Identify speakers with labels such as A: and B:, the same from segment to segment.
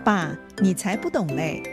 A: 爸，你才不懂嘞！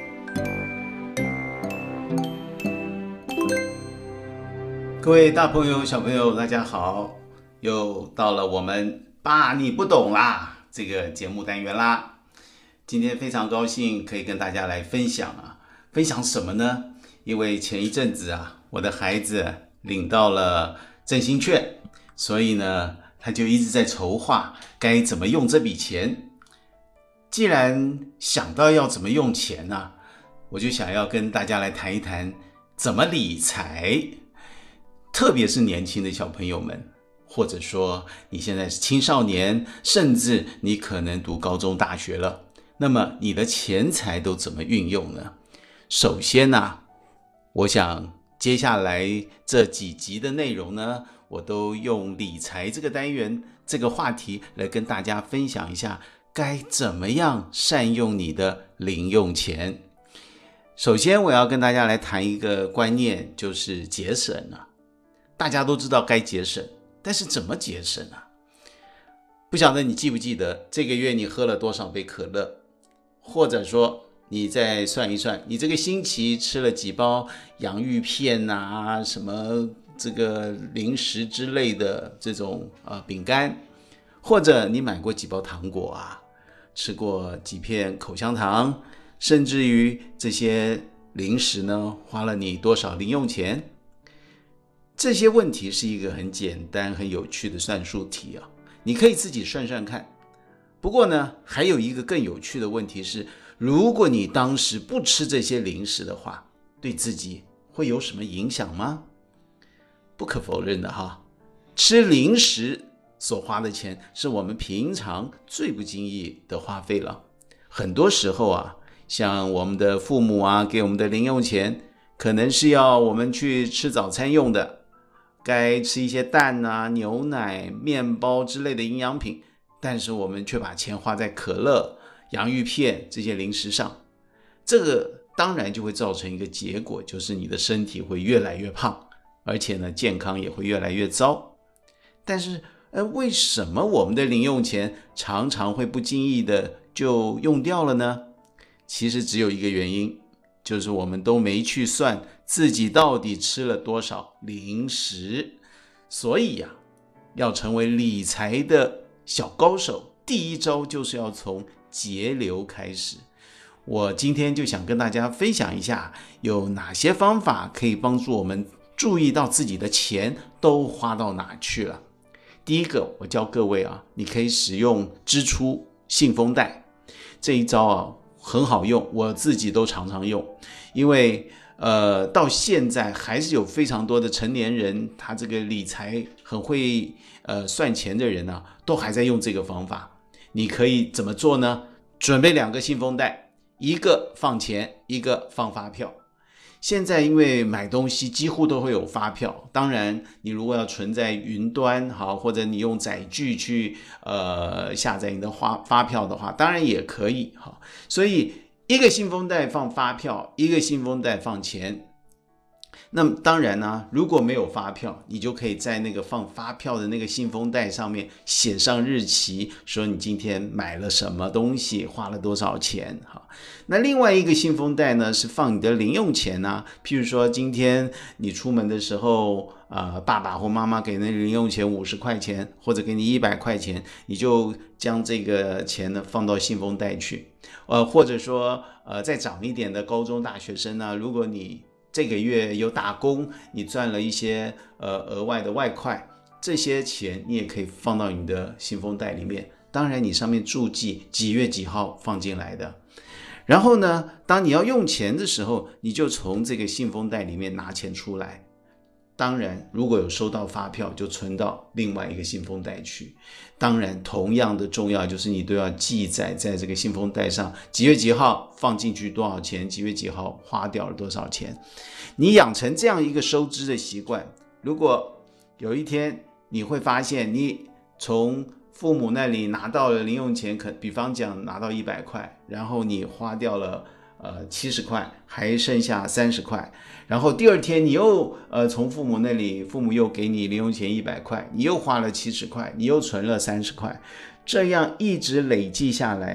B: 各位大朋友、小朋友，大家好！又到了我们爸你不懂啦这个节目单元啦。今天非常高兴可以跟大家来分享分享什么呢？因为前一阵子我的孩子领到了振兴券，所以呢，他就一直在筹划该怎么用这笔钱。既然想到要怎么用钱我就想要跟大家来谈一谈怎么理财。特别是年轻的小朋友们，或者说你现在是青少年，甚至你可能读高中大学了，那么你的钱财都怎么运用呢？首先我想接下来这几集的内容呢，我都用理财这个单元这个话题来跟大家分享一下该怎么样善用你的零用钱。首先我要跟大家来谈一个观念，就是节省大家都知道该节省，但是怎么节省不晓得你记不记得这个月你喝了多少杯可乐，或者说你再算一算，你这个星期吃了几包洋芋片什么这个零食之类的这种饼干，或者你买过几包糖果吃过几片口香糖，甚至于这些零食呢，花了你多少零用钱？这些问题是一个很简单很有趣的算术题你可以自己算算看。不过呢，还有一个更有趣的问题是，如果你当时不吃这些零食的话，对自己会有什么影响吗？不可否认的吃零食所花的钱是我们平常最不经意的花费了。很多时候像我们的父母给我们的零用钱，可能是要我们去吃早餐用的，该吃一些蛋牛奶、面包之类的营养品，但是我们却把钱花在可乐、洋芋片这些零食上。这个当然就会造成一个结果，就是你的身体会越来越胖，而且呢，健康也会越来越糟。但是为什么我们的零用钱常常会不经意的就用掉了呢？其实只有一个原因，就是我们都没去算自己到底吃了多少零食。所以要成为理财的小高手，第一招就是要从节流开始。我今天就想跟大家分享一下，有哪些方法可以帮助我们注意到自己的钱都花到哪去了。第一个，我教各位你可以使用支出信封袋，这一招很好用，我自己都常常用。因为到现在还是有非常多的成年人，他这个理财很会算钱的人都还在用这个方法。你可以怎么做呢？准备2个信封袋，一个放钱，一个放发票。现在因为买东西几乎都会有发票，当然你如果要存在云端或者你用载具去下载你的发票的话，当然也可以所以一个信封袋放发票，一个信封袋放钱。那么当然如果没有发票，你就可以在那个放发票的那个信封袋上面写上日期，说你今天买了什么东西，花了多少钱那另外一个信封袋呢，是放你的零用钱譬如说今天你出门的时候爸爸或妈妈给那零用钱50块钱，或者给你100块钱，你就将这个钱呢放到信封袋去。或者说再长一点的高中大学生如果你这个月有打工，你赚了一些额外的外快，这些钱你也可以放到你的信封袋里面，当然你上面注记几月几号放进来的。然后呢，当你要用钱的时候，你就从这个信封袋里面拿钱出来。当然如果有收到发票，就存到另外一个信封袋去。当然同样的重要，就是你都要记载在这个信封袋上，几月几号放进去多少钱，几月几号花掉了多少钱。你养成这样一个收支的习惯，如果有一天你会发现你从父母那里拿到了零用钱，比方讲拿到100块，然后你花掉了70块，还剩下30块，然后第二天你又从父母那里，父母又给你零用钱100块，你又花了70块，你又存了30块，这样一直累计下来，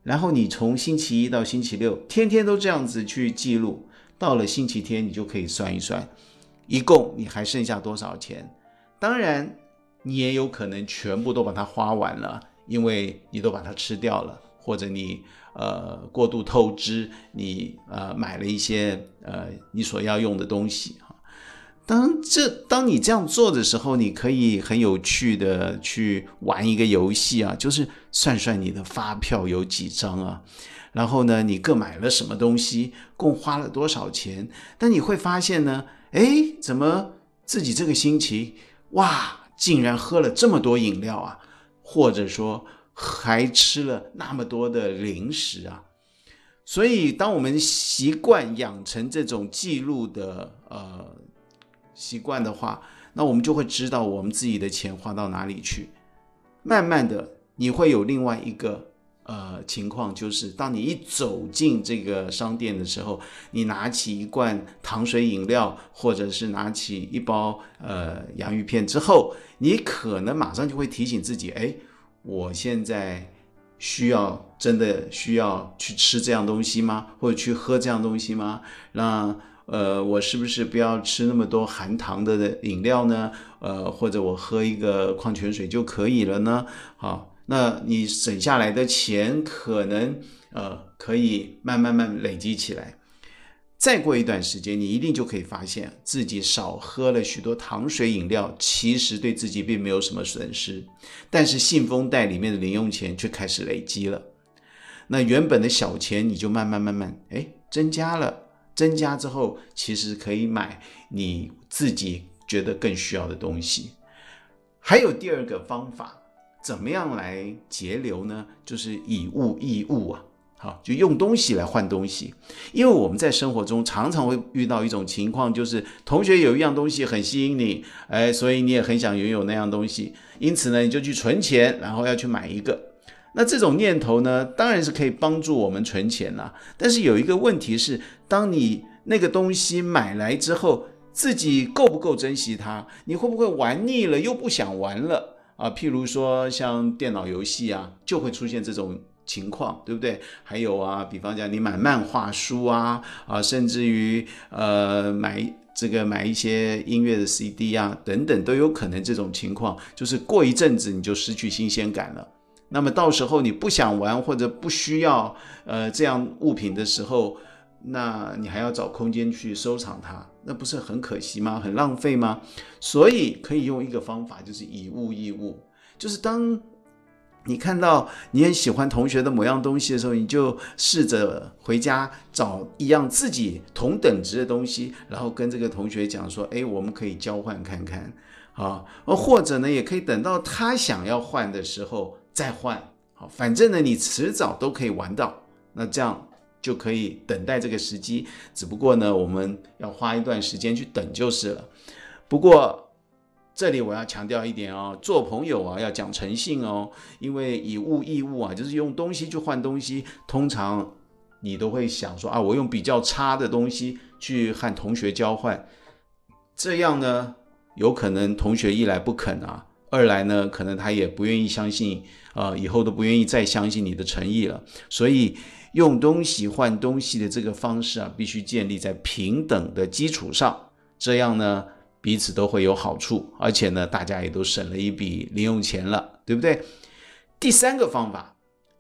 B: 然后你从星期一到星期六天天都这样子去记录，到了星期天你就可以算一算，一共你还剩下多少钱。当然你也有可能全部都把它花完了，因为你都把它吃掉了，或者你过度透支，你买了一些你所要用的东西。当你这样做的时候，你可以很有趣的去玩一个游戏啊，就是算算你的发票有几张啊，然后呢你各买了什么东西，共花了多少钱。但你会发现呢，怎么自己这个星期哇竟然喝了这么多饮料啊，或者说还吃了那么多的零食啊。所以当我们习惯养成这种记录的习惯的话，那我们就会知道我们自己的钱花到哪里去。慢慢的你会有另外一个情况，就是当你一走进这个商店的时候，你拿起一罐糖水饮料，或者是拿起一包洋芋片之后，你可能马上就会提醒自己，我现在真的需要去吃这样东西吗？或者去喝这样东西吗？那我是不是不要吃那么多含糖的饮料呢？或者我喝一个矿泉水就可以了呢？好，那你省下来的钱可能可以慢慢累积起来。再过一段时间，你一定就可以发现自己少喝了许多糖水饮料，其实对自己并没有什么损失，但是信封袋里面的零用钱却开始累积了。那原本的小钱你就慢慢增加了，增加之后其实可以买你自己觉得更需要的东西。还有第二个方法，怎么样来节流呢？就是以物易物啊。好，就用东西来换东西。因为我们在生活中常常会遇到一种情况，就是同学有一样东西很吸引你，所以你也很想拥有那样东西，因此呢你就去存钱，然后要去买一个。那这种念头呢，当然是可以帮助我们存钱啦。但是有一个问题是，当你那个东西买来之后，自己够不够珍惜它？你会不会玩腻了又不想玩了啊？譬如说像电脑游戏啊，就会出现这种情况，对不对？还有啊，比方讲你买漫画书啊，甚至于买一些音乐的 CD 啊等等，都有可能这种情况，就是过一阵子你就失去新鲜感了。那么到时候你不想玩或者不需要这样物品的时候，那你还要找空间去收藏它，那不是很可惜吗？很浪费吗？所以可以用一个方法，就是以物易物，就是当你看到你很喜欢同学的某样东西的时候，你就试着回家找一样自己同等值的东西，然后跟这个同学讲说，我们可以交换看看啊，或者呢也可以等到他想要换的时候再换，好，反正呢你迟早都可以玩到，那这样就可以等待这个时机，只不过呢我们要花一段时间去等就是了。不过这里我要强调一点哦，做朋友啊要讲诚信哦，因为以物易物啊，就是用东西去换东西，通常你都会想说我用比较差的东西去和同学交换，这样呢有可能同学一来不肯啊，二来呢可能他也不愿意相信以后都不愿意再相信你的诚意了。所以用东西换东西的这个方式啊，必须建立在平等的基础上，这样呢彼此都会有好处，而且呢大家也都省了一笔零用钱了，对不对？第三个方法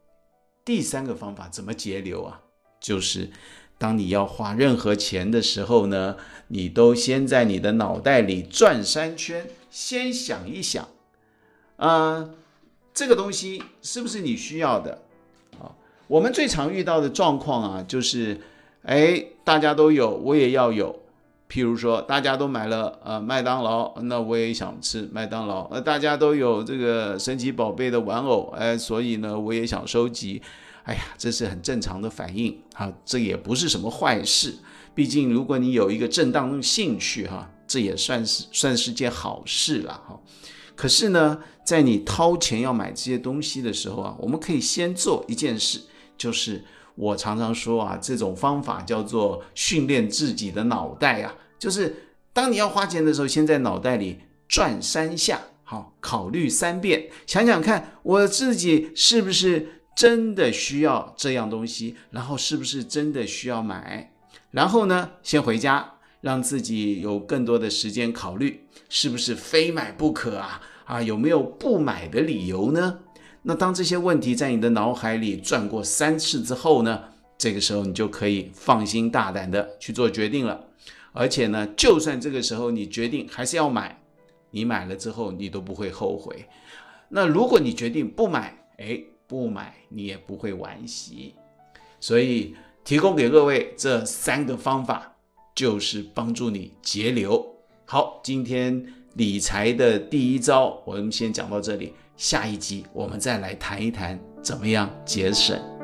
B: 怎么节流啊？就是当你要花任何钱的时候呢，你都先在你的脑袋里转3圈，先想一想这个东西是不是你需要的。我们最常遇到的状况啊，就是大家都有我也要有，譬如说大家都买了麦当劳，那我也想吃麦当劳，大家都有这个神奇宝贝的玩偶，所以呢我也想收集。这是很正常的反应，这也不是什么坏事，毕竟如果你有一个正当的兴趣，这也算是件好事了。可是呢在你掏钱要买这些东西的时候我们可以先做一件事，就是我常常说这种方法叫做训练自己的脑袋就是当你要花钱的时候，先在脑袋里转3下，考虑3遍，想想看我自己是不是真的需要这样东西，然后是不是真的需要买，然后呢，先回家，让自己有更多的时间考虑，是不是非买不可啊？有没有不买的理由呢？那当这些问题在你的脑海里转过3次之后呢，这个时候你就可以放心大胆的去做决定了。而且呢，就算这个时候你决定还是要买，你买了之后你都不会后悔。那如果你决定不买，不买你也不会惋惜。所以提供给各位这3个方法，就是帮助你节流。好，今天理财的第1招我们先讲到这里，下一集我们再来谈一谈怎么样节省。